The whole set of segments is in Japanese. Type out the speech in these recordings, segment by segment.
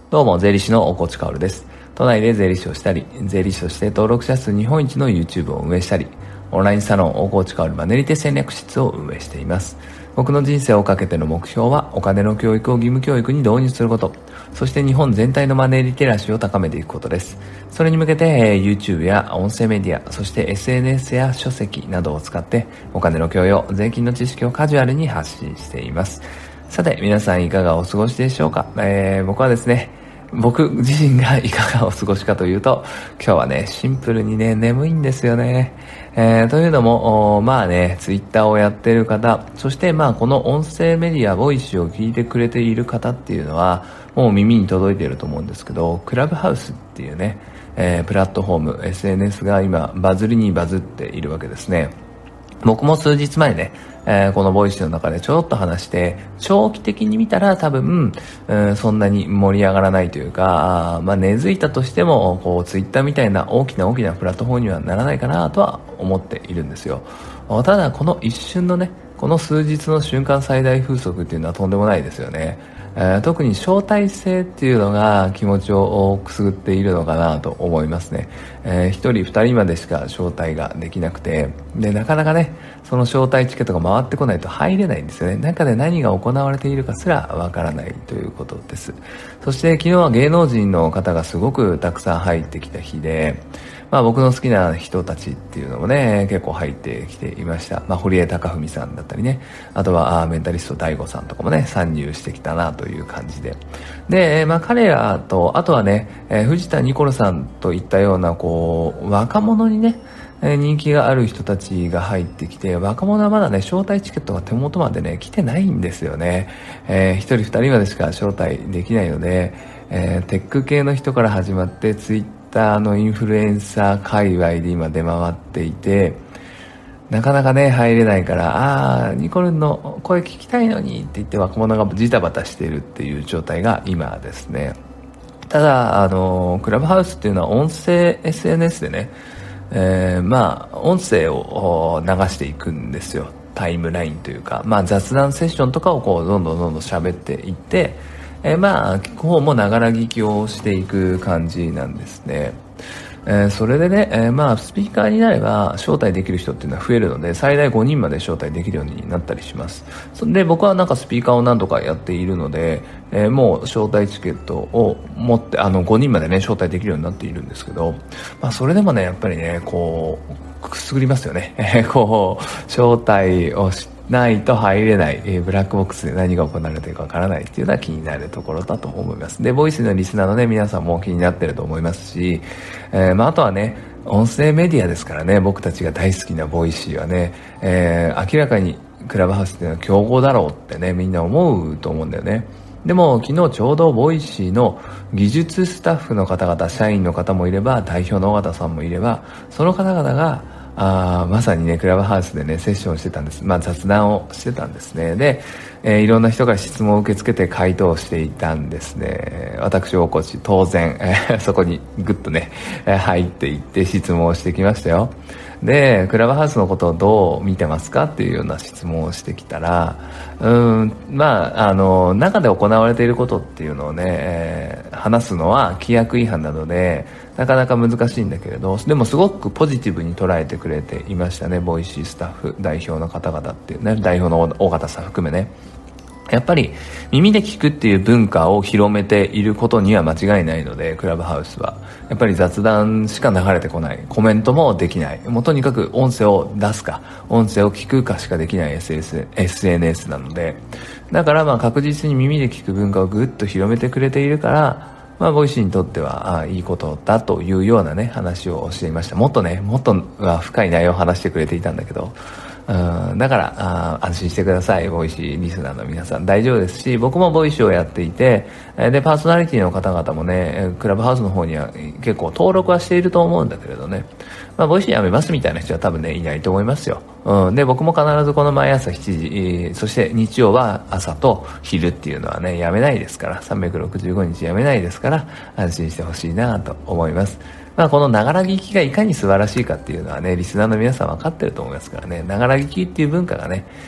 どうも、税理士の大河内薫です。都内で税理士をしたり、税理士として登録者数日本一の YouTube を運営したり、オンラインサロン大河内薫マネリテ戦略室を運営しています。僕の人生をかけての目標は、お金の教育を義務教育に導入すること、そして日本全体のマネーリテラシーを高めていくことです。それに向けて、YouTube や音声メディア、そして SNS や書籍などを使って、お金の教養、税金の知識をカジュアルに発信しています。さて、皆さんいかがお過ごしでしょうか。僕はですね、僕自身がいかがお過ごしかというと、今日はね、シンプルにね、眠いんですよね。というのも、まあね、ツイッターをやっている方、そしてまあこの音声メディア、ボイシーを聞いてくれている方っていうのは、もう耳に届いていると思うんですけど、クラブハウスっていうね、プラットフォーム、SNS が今、バズりにバズっているわけですね。僕も数日前ね、このボイスの中でちょろっと話して、長期的に見たら多分、そんなに盛り上がらないというか、まあ根付いたとしても、こうツイッターみたいな大きなプラットフォームにはならないかなとは思っているんですよ。ただこの一瞬のね、この数日の瞬間最大風速っていうのはとんでもないですよね。特に招待制っていうのが気持ちをくすぐっているのかなと思いますね。1人2人までしか招待ができなくて、でなかなかね、その招待チケットが回ってこないと入れないんですよね。中で何が行われているかすらわからないということです。そして昨日は芸能人の方がすごくたくさん入ってきた日で、まあ僕の好きな人たちっていうのもね、結構入ってきていました。まあ堀江貴文さんだったりね、あとはメンタリスト DAIGO さんとかもね、参入してきたなという感じで。で、まあ彼らと、あとはね、藤田ニコルさんといったような、こう、若者にね、人気がある人たちが入ってきて、若者はまだね、招待チケットが手元までね、来てないんですよね。一人二人までしか招待できないので、テック系の人から始まって、ツイッターのインフルエンサー界隈で今出回っていて、なかなかね、入れないから、ニコルンの声聞きたいのにって言って若者がジタバタしているっていう状態が今ですね。ただ、クラブハウスっていうのは音声 SNS でね、まあ、音声を流していくんですよ。タイムラインというか、まあ雑談セッションとかをこう、どんどん喋っていって、まあ、聞く方もながら聞きをしていく感じなんですね。それでね、まあ、スピーカーになれば招待できる人っていうのは増えるので、最大5人まで招待できるようになったりします。で、僕はなんかスピーカーを何度かやっているので、もう招待チケットを持って、5人までね、招待できるようになっているんですけど、まあ、それでもね、やっぱりね、こう、くすぐりますよね。こう、招待をしてないと入れない、ブラックボックスで何が行われているかわからないっていうのは気になるところだと思います。で、ボイスのリスナーのね、皆さんも気になってると思いますし、まあ、あとはね、音声メディアですからね、僕たちが大好きなボイシーはね、明らかにクラブハウスっていうのは競合だろうってね、みんな思うと思うんだよね。でも昨日ちょうどボイシーの技術スタッフの方々、社員の方もいれば、代表の尾形さんもいれば、その方々がまさにね、クラブハウスでね、セッションをしてたんです。まあ雑談をしてたんですね。で、いろんな人が質問を受け付けて回答していたんですね。私、大河内、当然、そこにぐっとね、入っていって質問をしてきましたよ。で、クラブハウスのことをどう見てますかっていうような質問をしてきたら、まあ、中で行われていることっていうのをね、話すのは規約違反なので、なかなか難しいんだけれど、でもすごくポジティブに捉えてくれていましたね、ボイシースタッフ、代表の方々っていうね、代表の尾形さん含めね。やっぱり耳で聞くっていう文化を広めていることには間違いないので、クラブハウスはやっぱり雑談しか流れてこない、コメントもできない、もうとにかく音声を出すか音声を聞くかしかできない SNS なので、だからまあ確実に耳で聞く文化をぐっと広めてくれているから、まあボイシーにとってはいいことだというようなね、話をしていました。もっと深い内容を話してくれていたんだけど、だから安心してください、ボイシーリスナーの皆さん。大丈夫ですし、僕もボイシーをやっていて、でパーソナリティの方々もね、クラブハウスの方には結構登録はしていると思うんだけれどね、まあボイシーやめますみたいな人は多分ね、いないと思いますよ。で僕も必ずこの毎朝7時、そして日曜は朝と昼っていうのはね、やめないですから、365日やめないですから、安心してほしいなと思います。まあこのながら聞きがいかに素晴らしいかっていうのはね、リスナーの皆さん分かってると思いますからね、ながら聞きっていう文化がね、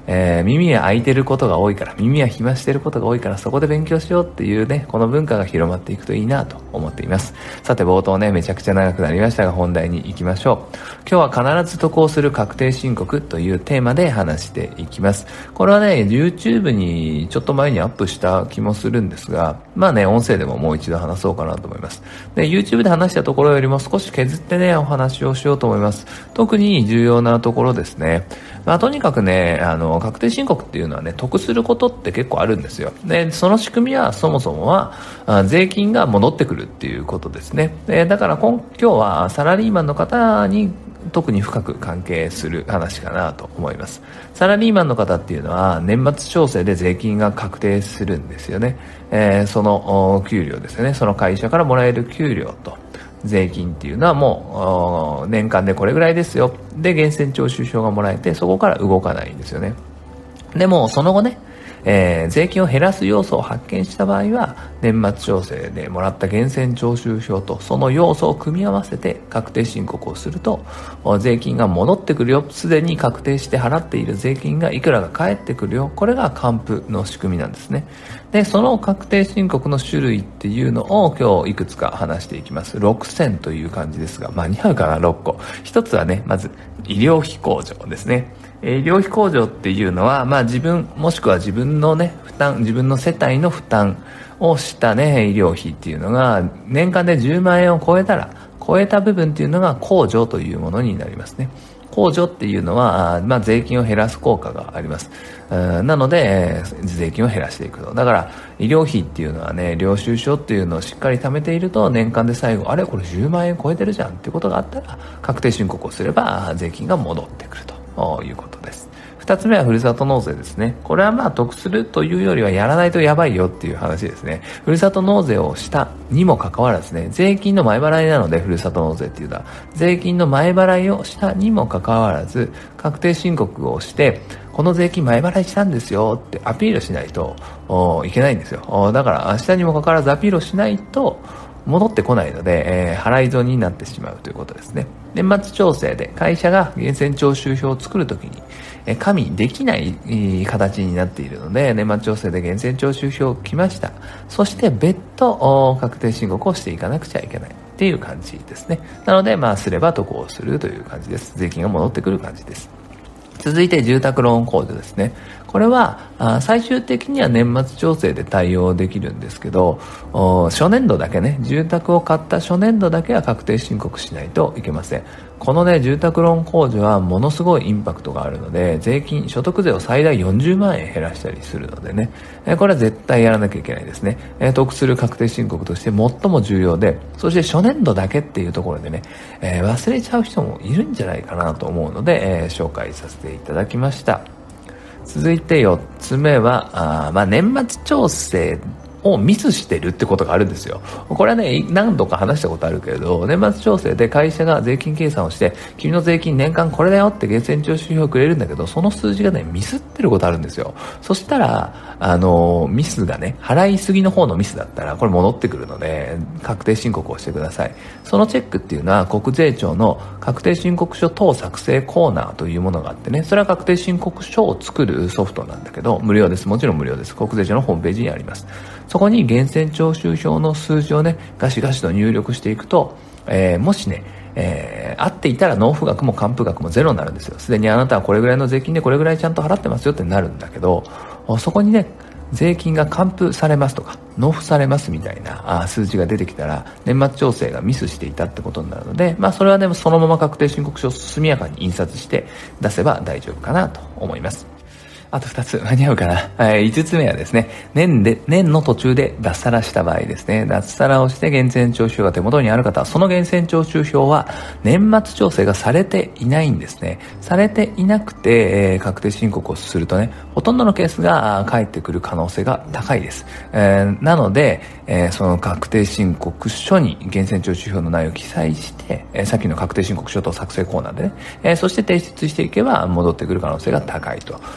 耳が開いてることが多いから、耳は暇してることが多いから、そこで勉強しようっていうね、この文化が広まっていくといいなと思っています。さて冒頭ね、めちゃくちゃ長くなりましたが、本題に行きましょう。今日は必ず渡航する確定申告というテーマで話していきます。これはね、YouTube にちょっと前にアップした気もするんですが、まあね、音声でももう一度話そうかなと思います。で、YouTube で話したところよりも少し削ってね、お話をしようと思います。特に重要なところですね。まあ、とにかくね、確定申告っていうのはね、得することって結構あるんですよ。で、その仕組みはそもそもは、税金が戻ってくるっていうことですね。だから今日はサラリーマンの方に特に深く関係する話かなと思います。サラリーマンの方っていうのは年末調整で税金が確定するんですよね。その給料ですよね。その会社からもらえる給料と税金っていうのはもう年間でこれぐらいですよ。で、源泉徴収票がもらえて、そこから動かないんですよね。でもその後ね、税金を減らす要素を発見した場合は、年末調整でもらった源泉徴収票とその要素を組み合わせて確定申告をすると、税金が戻ってくるよ。すでに確定して払っている税金がいくらが返ってくるよ。これが還付の仕組みなんですね。で、その確定申告の種類っていうのを今日いくつか話していきます。6選という感じですが、間に合うかな、6個。一つはね、まず医療費控除ですね。医療費控除っていうのは、まあ自分、もしくは自分のね、負担、自分の世帯の負担をしたね、医療費っていうのが、年間で10万円を超えた部分っていうのが控除というものになりますね。控除っていうのは、まあ税金を減らす効果があります。なので、税金を減らしていくと。だから、医療費っていうのはね、領収書っていうのをしっかり貯めていると、年間で最後、あれこれ10万円超えてるじゃんっていうことがあったら、確定申告をすれば、税金が戻ってくるということです。二つ目はふるさと納税ですね。これはまあ得するというよりはやらないとやばいよっていう話ですね。ふるさと納税をしたにもかかわらずね、税金の前払いなので、ふるさと納税っていうのは、税金の前払いをしたにもかかわらず、確定申告をして、この税金前払いしたんですよってアピールしないといけないんですよ。だから明日にもかかわらずアピールをしないと、戻ってこないので、払い損になってしまうということですね。年末調整で会社が源泉徴収票を作るときに、加味できない形になっているので、年末調整で源泉徴収票を来ました。そして別途確定申告をしていかなくちゃいけないっていう感じですね。なので、まあすれば渡航するという感じです。税金が戻ってくる感じです。続いて住宅ローン控除ですね。これは最終的には年末調整で対応できるんですけど、初年度だけね、住宅を買った初年度だけは確定申告しないといけません。このね、住宅ローン控除はものすごいインパクトがあるので、税金、所得税を最大40万円減らしたりするのでね、これは絶対やらなきゃいけないですね。得する確定申告として最も重要で、そして初年度だけっていうところでね、忘れちゃう人もいるんじゃないかなと思うので、紹介させていただきました。続いて4つ目は、まあ、年末調整をミスしてるってことがあるんですよ。これはね、何度か話したことあるけれど、年末調整で会社が税金計算をして、君の税金年間これだよって源泉徴収票をくれるんだけど、その数字がね、ミスってることあるんですよ。そしたら、ミスがね、払いすぎの方のミスだったら、これ戻ってくるので、確定申告をしてください。そのチェックっていうのは、国税庁の確定申告書等作成コーナーというものがあってね、それは確定申告書を作るソフトなんだけど、無料です。もちろん無料です。国税庁のホームページにあります。そこに源泉徴収票の数字をね、ガシガシと入力していくと、もしね、合っていたら納付額も還付額もゼロになるんですよ。すでにあなたはこれぐらいの税金でこれぐらいちゃんと払ってますよってなるんだけど、そこにね、税金が還付されますとか納付されますみたいな数字が出てきたら、年末調整がミスしていたってことになるので、まあそれはね、そのまま確定申告書を速やかに印刷して出せば大丈夫かなと思います。あと2つ間に合うかな。5つ目はですね、年の途中で脱サラした場合ですね。脱サラをして源泉徴収票が手元にある方、その源泉徴収票は年末調整がされていないんですね。されていなくて、確定申告をするとね、ほとんどのケースが返ってくる可能性が高いです。なので、その確定申告書に源泉徴収票の内容を記載して、さっきの確定申告書と作成コーナーでね、そして提出していけば戻ってくる可能性が高いと。そして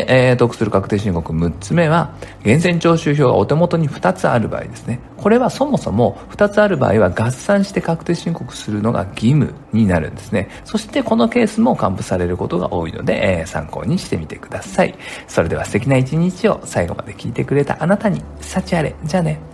で、得する確定申告6つ目は、源泉徴収票がお手元に2つある場合ですね。これはそもそも2つある場合は合算して確定申告するのが義務になるんですね。そしてこのケースも還付されることが多いので、参考にしてみてください。それでは素敵な一日を最後まで聞いてくれたあなたに幸あれ。じゃあね。